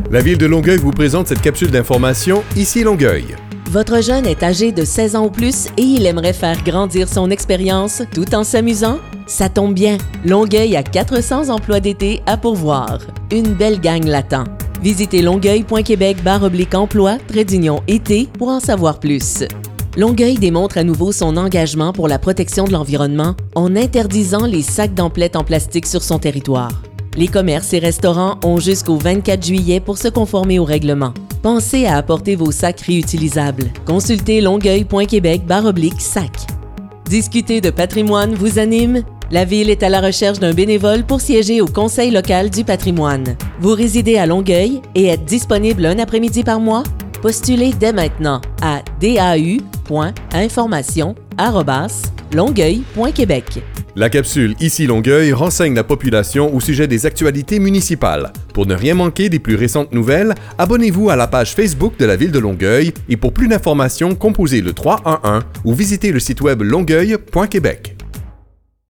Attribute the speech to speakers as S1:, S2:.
S1: La Ville de Longueuil vous présente cette capsule d'information Ici Longueuil.
S2: Votre jeune est âgé de 16 ans ou plus et il aimerait faire grandir son expérience tout en s'amusant? Ça tombe bien, Longueuil a 400 emplois d'été à pourvoir. Une belle gang l'attend. Visitez longueuil.québec/emploi-été pour en savoir plus. Longueuil démontre à nouveau son engagement pour la protection de l'environnement en interdisant les sacs d'emplettes en plastique sur son territoire. Les commerces et restaurants ont jusqu'au 24 juillet pour se conformer au règlement. Pensez à apporter vos sacs réutilisables. Consultez longueuil.québec/sac. Discuter de patrimoine vous anime? La Ville est à la recherche d'un bénévole pour siéger au Conseil local du patrimoine. Vous résidez à Longueuil et êtes disponible un après-midi par mois? Postulez dès maintenant à dau.information@longueuil.québec.
S1: La capsule Ici Longueuil renseigne la population au sujet des actualités municipales. Pour ne rien manquer des plus récentes nouvelles, abonnez-vous à la page Facebook de la Ville de Longueuil et pour plus d'informations, composez le 311 ou visitez le site web longueuil.québec.